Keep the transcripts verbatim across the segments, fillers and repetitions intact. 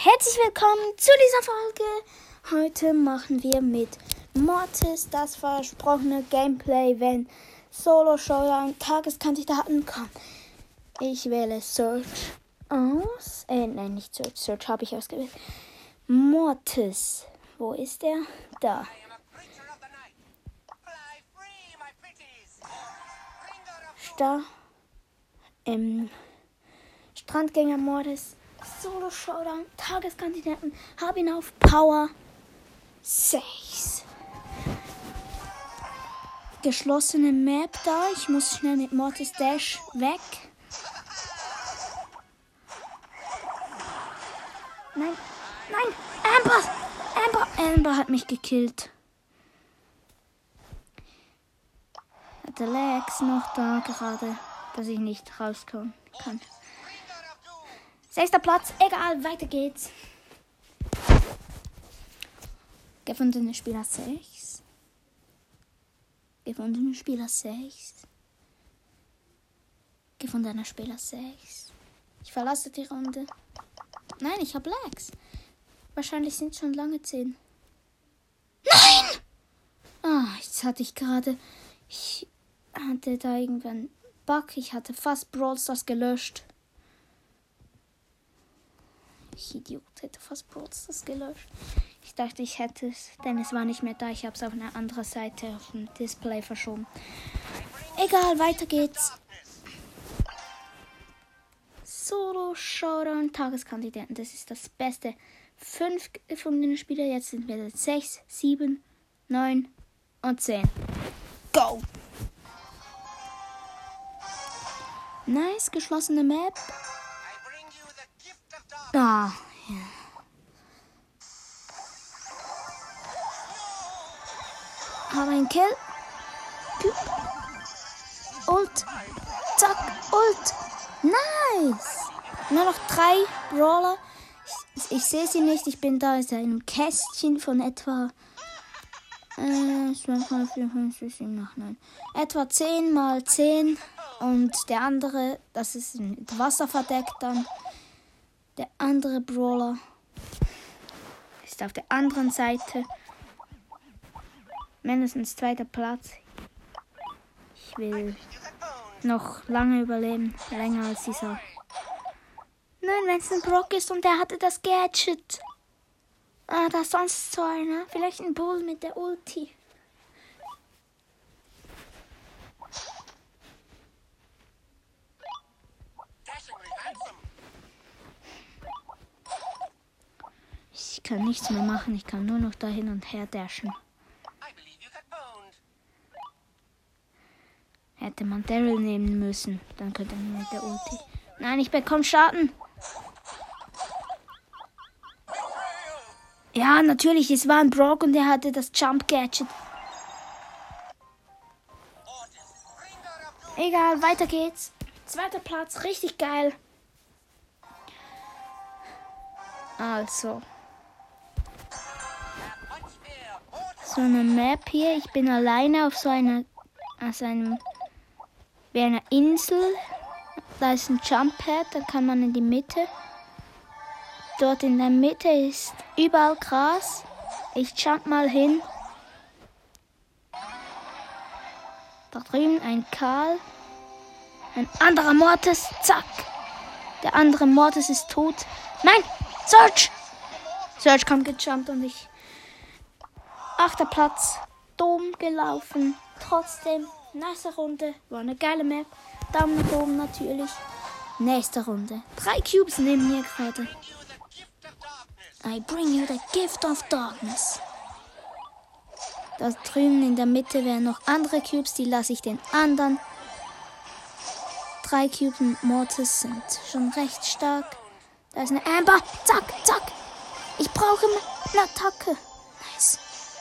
Herzlich willkommen zu dieser Folge. Heute machen wir mit Mortis das versprochene Gameplay, wenn Solo Showdown Tageskandidaten kommt. Ich wähle Search aus. Äh, nein, nicht Search. Search habe ich ausgewählt. Mortis. Wo ist er? Da. Da. Ähm, Strandgänger Mortis. Solo Showdown, Tageskandidaten, habe ihn auf Power sechs. Geschlossene Map da. Ich muss schnell mit Mortis Dash weg. Nein, nein, Amber, Amber, Amber hat mich gekillt. Hat der Lex noch da gerade, dass ich nicht rauskommen kann. Sechster Platz, egal, weiter geht's. Gefundene Spieler sechs. Gefundene Spieler sechs. Gefundener Spieler sechs. Ich verlasse die Runde. Nein, ich habe Lags. Wahrscheinlich sind schon lange zehn. Nein! Ah, jetzt hatte ich gerade... Ich hatte da irgendwann Bug. Ich hatte fast Brawl Stars gelöscht. Ich Idiot, hätte fast Brawl Stars gelöscht. Ich dachte, ich hätte es, denn es war nicht mehr da. Ich habe es auf einer anderen Seite auf dem Display verschoben. Egal, weiter geht's. Solo Showdown Tageskandidaten. Das ist das Beste. Fünf gefundene Spieler. Jetzt sind wir sechs, sieben, neun und zehn. Go! Nice, geschlossene Map. Ah, ja. Habe einen Kill. Ult. Zack, Ult. Nice. Nur noch drei Brawler. Ich, ich sehe sie nicht. Ich bin da in einem Kästchen von etwa äh, zwölf, vier, fünf, sechs, sieben, acht, neun. Etwa zehn mal zehn. Und der andere, das ist mit Wasser verdeckt dann. Der andere Brawler ist auf der anderen Seite. Mindestens zweiter Platz. Ich will noch lange überleben. Länger als dieser. Nein, wenn es ein Brock ist und der hatte das Gadget. Ah, da ist sonst so einer. Vielleicht ein Bull mit der Ulti. Ich kann nichts mehr machen, ich kann nur noch da hin und her dashen. Hätte man Daryl nehmen müssen, dann könnte man mit der Ulti. Nein, ich bekomme Schaden. Ja, natürlich, es war ein Brock und er hatte das Jump Gadget. Egal, weiter geht's. Zweiter Platz, richtig geil. Also. So eine Map hier. Ich bin alleine auf so einer, auf einem, wie einer Insel. Da ist ein Jump Pad, da kann man in die Mitte. Dort in der Mitte ist überall Gras. Ich jump mal hin. Da drüben ein Karl. Ein anderer Mortis. Zack. Der andere Mortis ist tot. Nein, Search. Search kommt gejumpt und ich... Achter Platz, dumm gelaufen. Trotzdem, nächste Runde. War eine geile Map. Daumen nach oben natürlich. Nächste Runde. Drei Cubes neben mir gerade. I bring you the gift of darkness. Da drüben in der Mitte wären noch andere Cubes. Die lasse ich den anderen. Drei Cubes und Mortis sind schon recht stark. Da ist eine Amber. Zack, zack. Ich brauche eine Attacke. Nice.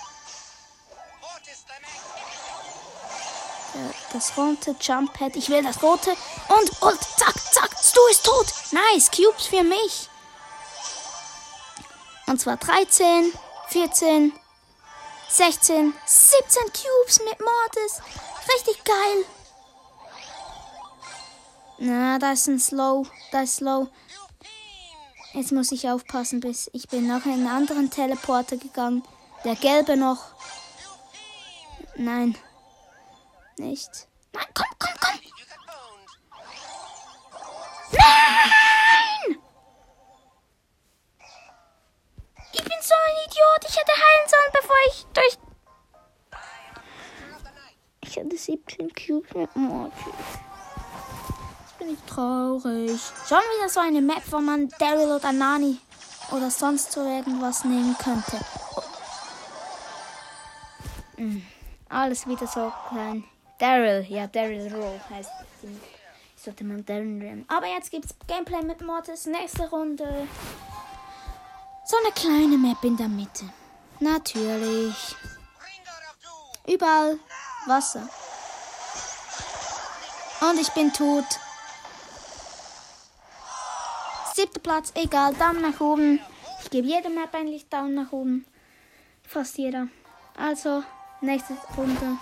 Das rote Jump Pad. Ich will das rote. Und, und, zack, zack. Stu ist tot. Nice. Cubes für mich. Und zwar dreizehn, vierzehn, sechzehn, siebzehn Cubes mit Mortis. Richtig geil. Na, da ist ein Slow. Da ist Slow. Jetzt muss ich aufpassen, bis ich bin noch in einen anderen Teleporter gegangen. Der gelbe noch. Nein. Nicht. Nein, komm, komm, komm. Nein! Ich bin so ein Idiot. Ich hätte heilen sollen, bevor ich durch... Ich hatte siebzehn Cubes mit Mortis. Jetzt bin ich traurig. Schon wieder so eine Map, wo man Daryl oder Nani oder sonst so irgendwas nehmen könnte. Oh. Mhm. Alles wieder so klein. Daryl, ja, Daryl Roll heißt die. Sollte man Daryl nehmen. Aber jetzt gibt's Gameplay mit Mortis. Nächste Runde. So eine kleine Map in der Mitte. Natürlich. Überall Wasser. Und ich bin tot. Siebter Platz, egal. Daumen nach oben. Ich gebe jeder Map eigentlich Daumen nach oben. Fast jeder. Also, nächste Runde.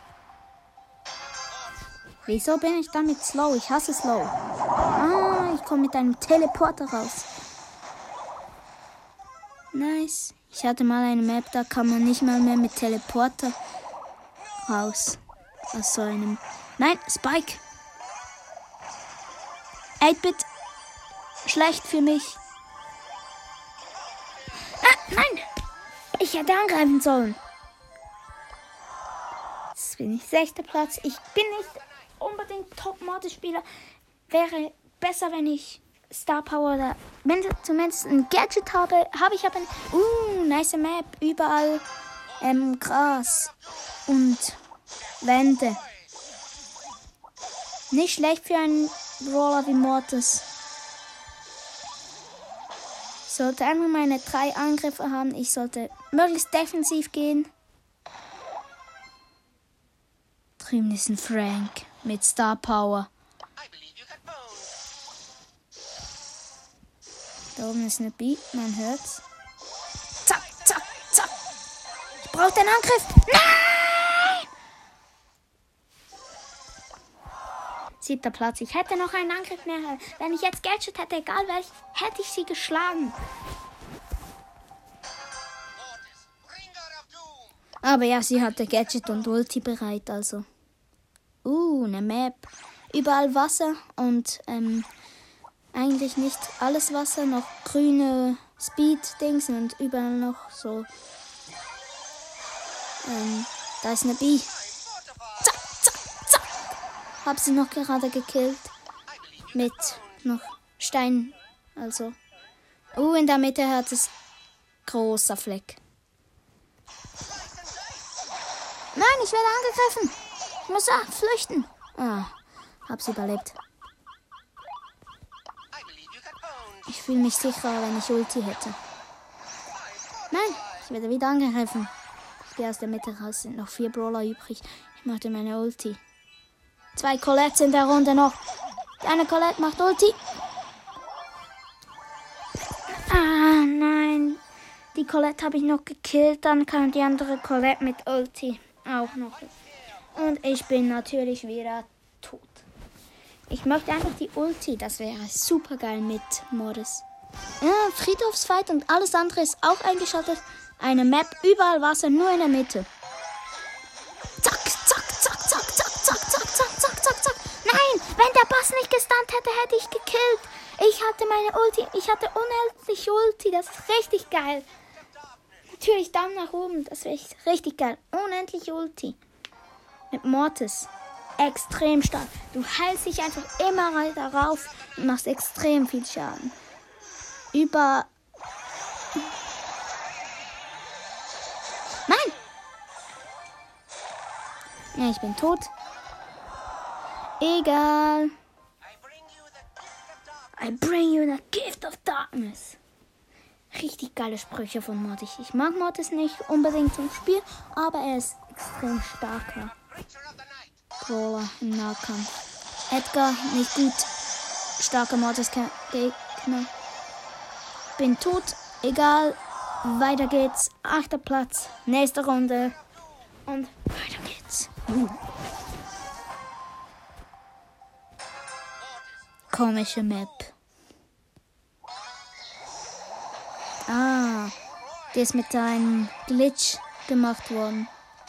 Wieso bin ich damit slow? Ich hasse slow. Ah, ich komme mit einem Teleporter raus. Nice. Ich hatte mal eine Map, da kann man nicht mal mehr mit Teleporter raus. Aus so einem... Nein, Spike. acht-Bit. Schlecht für mich. Ah, nein. Ich hätte angreifen sollen. Jetzt bin ich sechster Platz. Ich bin nicht unbedingt Top-Mortis-Spieler. Wäre besser, wenn ich Star Power oder wenn ich zumindest ein Gadget habe. Habe ich aber... Uh, nice Map. Überall ähm, Gras und Wände. Nicht schlecht für einen Brawler wie Mortis. Ich sollte einfach meine drei Angriffe haben. Ich sollte möglichst defensiv gehen. Drüben ist ein Frank mit Star Power. Da oben ist eine B, man hört's. Zack, zack, zack. Ich brauche den Angriff. Nein! Siebter Platz. Ich hätte noch einen Angriff mehr. Wenn ich jetzt Gadget hätte, egal welch, hätte ich sie geschlagen. Aber ja, sie hatte Gadget und Ulti bereit, also. Uh, eine Map. Überall Wasser und ähm, eigentlich nicht alles Wasser, noch grüne Speed-Dings und überall noch so. Ähm, da ist eine B. Zack, zack, zack. Hab sie noch gerade gekillt. Mit noch Stein. Also. Uh, in der Mitte hat es großer Fleck. Nein, ich werde angegriffen. Ich muss ah, flüchten. Ah, hab's überlebt. Ich fühle mich sicherer, wenn ich Ulti hätte. Nein, ich werde wieder angegriffen. Ich gehe aus der Mitte raus. Sind noch vier Brawler übrig. Ich mache meine Ulti. Zwei Colettes in der Runde noch. Die eine Colette macht Ulti. Ah, nein. Die Colette habe ich noch gekillt. Dann kam die andere Colette mit Ulti auch noch. Und ich bin natürlich wieder tot. Ich möchte einfach die Ulti. Das wäre super geil mit Mortis. Ja, Friedhofsfight und alles andere ist auch eingeschaltet. Eine Map, überall Wasser, nur in der Mitte. Zack, zack, zack, zack, zack, zack, zack, zack, zack, zack, zack. Nein, wenn der Bass nicht gestunt hätte, hätte ich gekillt. Ich hatte meine Ulti, ich hatte unendlich Ulti. Das ist richtig geil. Natürlich Daumen nach oben, das wäre richtig geil. Unendlich Ulti. Mit Mortis. Extrem stark. Du heilst dich einfach immer weiter rauf und machst extrem viel Schaden. Über... Nein! Ja, ich bin tot. Egal. I bring you the gift of darkness. Richtig geile Sprüche von Mortis. Ich mag Mortis nicht unbedingt zum Spiel, aber er ist extrem starker Brawler im Nahkampf. Edgar, nicht gut. Starker Mortis-Gegner. Bin tot. Egal. Weiter geht's. Achter Platz. Nächste Runde. Und weiter geht's. Uh. Komische Map. Die ist mit einem Glitch gemacht worden.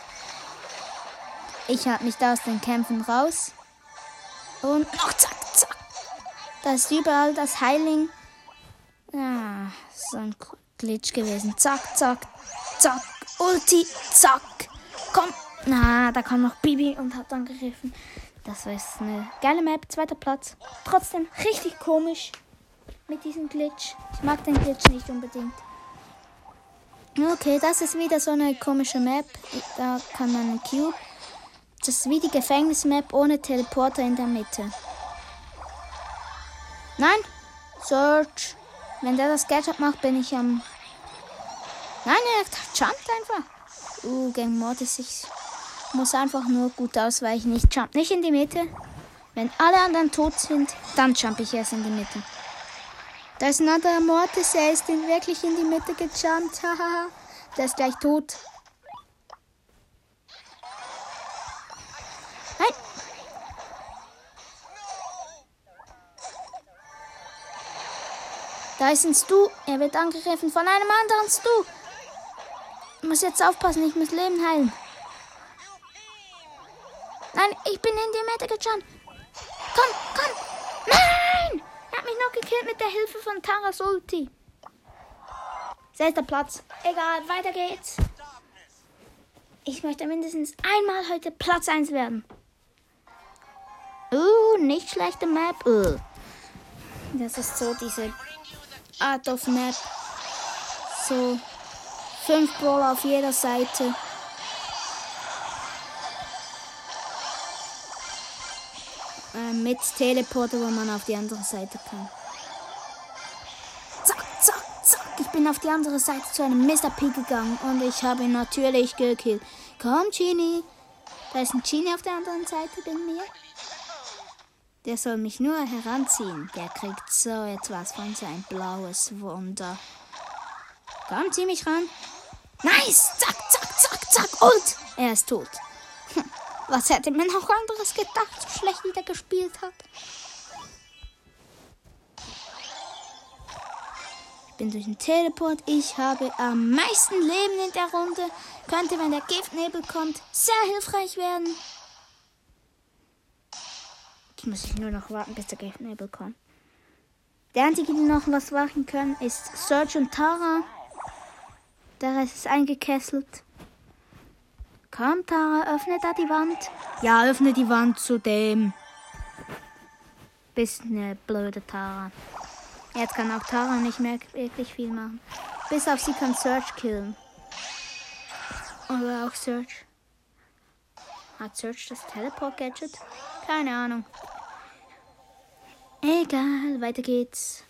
Ich habe mich da aus den Kämpfen raus. Und noch zack, zack. Da ist überall das Heiling. Ah, so ein Glitch gewesen. Zack, zack, zack. Ulti, zack. Komm. Na, da kam noch Bibi und hat angegriffen. Das war jetzt eine geile Map. Zweiter Platz. Trotzdem richtig komisch mit diesem Glitch. Ich mag den Glitch nicht unbedingt. Okay, das ist wieder so eine komische Map. Da kann man einen Cube. Das ist wie die Gefängnismap ohne Teleporter in der Mitte. Nein! Search! Wenn der das Gadget macht, bin ich am... Nein, er jumpt einfach. Uh, gegen Mortis. Ich muss einfach nur gut ausweichen. Ich jump nicht in die Mitte. Wenn alle anderen tot sind, dann jump ich erst in die Mitte. Da ist ein anderer Mortis, er ist in wirklich in die Mitte gejumpt. Hahaha. Der ist gleich tot. Nein. Da ist ein Stu. Er wird angegriffen von einem anderen Stu. Ich muss jetzt aufpassen, ich muss Leben heilen. Nein, ich bin in die Mitte gejumpt. Komm, komm. Nein! Er hat mich noch gekillt mit der Hilfe von Taras Ulti. Sechster Platz. Egal, weiter geht's. Ich möchte mindestens einmal heute Platz eins werden. Uh, nicht schlechte Map. Uh. Das ist so diese Art of Map. So fünf Brawler auf jeder Seite. Äh, mit Teleporter, wo man auf die andere Seite kann. Zack, zack, zack. Ich bin auf die andere Seite zu einem Mister P gegangen und ich habe ihn natürlich gekillt. Komm, Genie. Da ist ein Genie auf der anderen Seite bei mir. Der soll mich nur heranziehen. Der kriegt so etwas von so ein blaues Wunder. Komm, zieh mich ran. Nice! Zack, zack, zack, zack. Und er ist tot. Was hätte man noch anderes gedacht, so schlecht wie der gespielt hat? Ich bin durch den Teleport. Ich habe am meisten Leben in der Runde. Könnte, wenn der Giftnebel kommt, sehr hilfreich werden. Jetzt muss ich nur noch warten, bis der Giftnebel kommt. Der einzige, die noch was machen können, ist Search und Tara. Der Rest ist eingekesselt. Komm, Tara, öffne da die Wand. Ja, öffne die Wand zu dem. Bist eine blöde Tara. Jetzt kann auch Tara nicht mehr wirklich viel machen. Bis auf sie kann Search killen. Oder auch Search. Hat Search das Teleport-Gadget? Keine Ahnung. Egal, weiter geht's.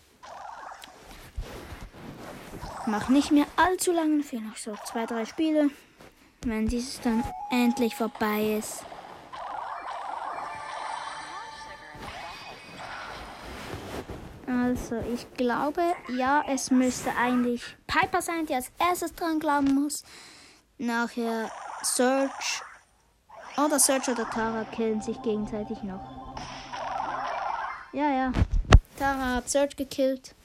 Mach nicht mehr allzu lange, fehlen noch so zwei, drei Spiele. Wenn dieses dann endlich vorbei ist. Also, ich glaube, ja, es müsste eigentlich Piper sein, die als erstes dran glauben muss. Nachher Search. Oder Search oder Tara killen sich gegenseitig noch. Ja, ja. Tara hat Search gekillt.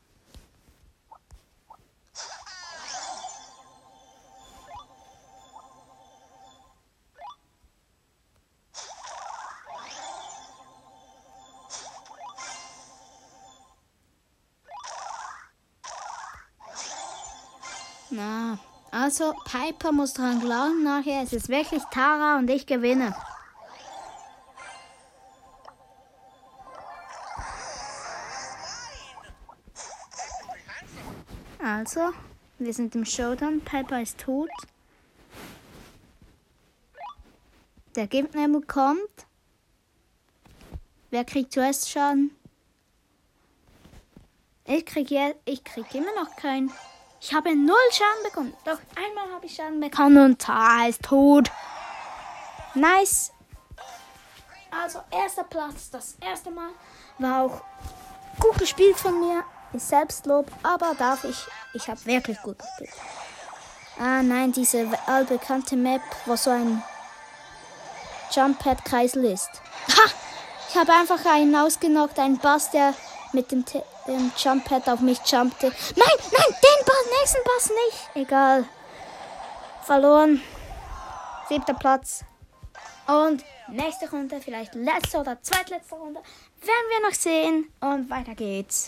Na, also Piper muss dran glauben, nachher ist es wirklich Tara und ich gewinne. Also, wir sind im Showdown, Piper ist tot. Der Giftnebel kommt. Wer kriegt zuerst Schaden? Ich krieg, je- ich krieg immer noch keinen. Ich habe null Schaden bekommen. Doch einmal habe ich Schaden bekommen und Tara ist tot. Nice. Also erster Platz, das erste Mal. War auch gut gespielt von mir. Ist Selbstlob, aber darf ich. Ich habe wirklich gut gespielt. Ah nein, diese allbekannte Map, wo so ein Jump-Pad-Kreisel ist. Ha! Ich habe einfach einen ausgenockt, einen Bass, der mit dem, Te- dem Jump-Pad auf mich jumpte. Nein, nein, den Ball, nächsten Ball. Boss nicht. Egal. Verloren. Siebter Platz. Und nächste Runde, vielleicht letzte oder zweitletzte Runde, werden wir noch sehen. Und weiter geht's.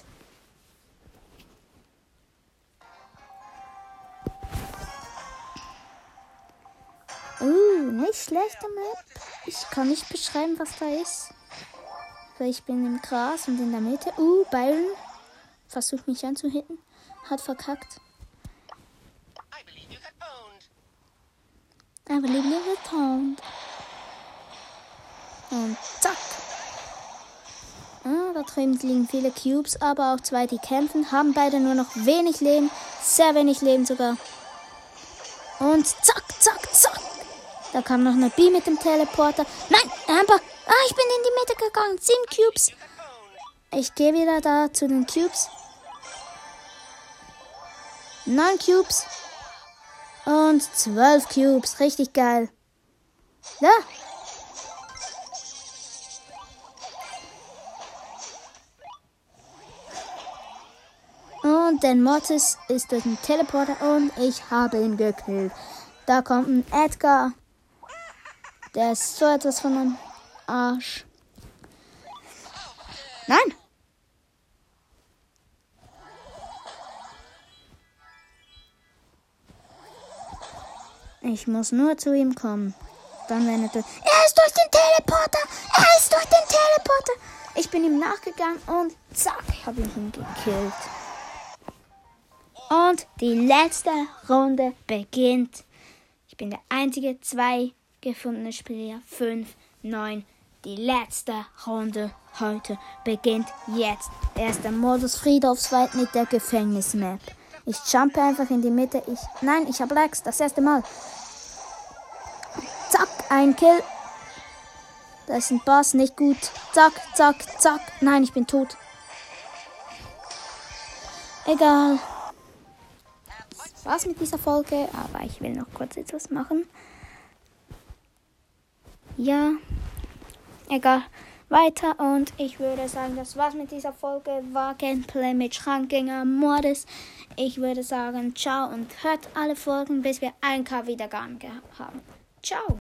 Uh, nicht schlechter Map. Ich kann nicht beschreiben, was da ist. Weil ich bin im Gras und in der Mitte. Uh, Byron versucht mich anzuhitten. Hat verkackt. I believe you got owned. Und zack. Ah, da drüben liegen viele Cubes, aber auch zwei, die kämpfen. Haben beide nur noch wenig Leben. Sehr wenig Leben sogar. Und zack, zack, zack. Da kam noch eine B mit dem Teleporter. Nein, Amber. Ah, ich bin in die Mitte gegangen. Sieben Cubes. Ich gehe wieder da zu den Cubes. Neun Cubes. Und zwölf Cubes. Richtig geil. Ja. Und der Mortis ist durch den Teleporter und ich habe ihn gekillt. Da kommt ein Edgar. Der ist so etwas von einem Arsch. Nein! Ich muss nur zu ihm kommen. Dann wenn er durch... Er ist durch den Teleporter! Er ist durch den Teleporter! Ich bin ihm nachgegangen und zack, habe ich ihn gekillt. Und die letzte Runde beginnt. Ich bin der einzige zwei gefundene Spieler. fünf, neun. Die letzte Runde heute beginnt jetzt. Erster Modus Friedhofswald mit der Gefängnismap. Ich jumpe einfach in die Mitte. Ich, nein, ich habe Lags. Das erste Mal. Zack, ein Kill. Da ist ein Boss, nicht gut. Zack, zack, zack. Nein, ich bin tot. Egal. Das war's mit dieser Folge, aber ich will noch kurz etwas machen. Ja, egal. Weiter und ich würde sagen, das war's mit dieser Folge. War Gameplay mit Schrankgänger Mortis. Ich würde sagen, ciao und hört alle Folgen, bis wir ein K Wiedergaben haben. Ciao.